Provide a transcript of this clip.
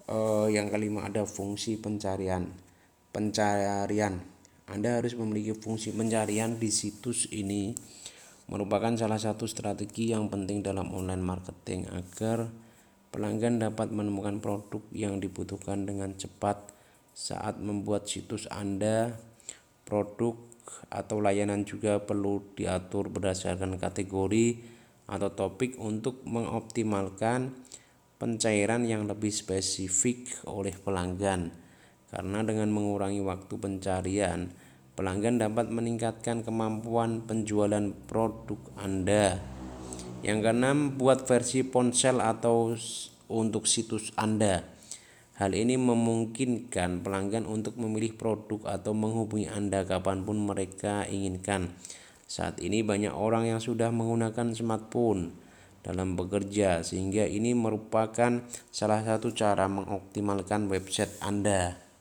Yang kelima ada fungsi pencarian. Pencarian. Anda harus memiliki fungsi pencarian di situs ini merupakan salah satu strategi yang penting dalam online marketing agar pelanggan dapat menemukan produk yang dibutuhkan dengan cepat saat membuat situs Anda. Produk atau layanan juga perlu diatur berdasarkan kategori atau topik untuk mengoptimalkan pencairan yang lebih spesifik oleh pelanggan. Karena dengan mengurangi waktu pencarian, pelanggan dapat meningkatkan kemampuan penjualan produk Anda. Yang keenam, buat versi ponsel atau untuk situs Anda. Hal ini memungkinkan pelanggan untuk memilih produk atau menghubungi Anda kapanpun mereka inginkan. Saat ini banyak orang yang sudah menggunakan smartphone dalam bekerja, sehingga ini merupakan salah satu cara mengoptimalkan website Anda.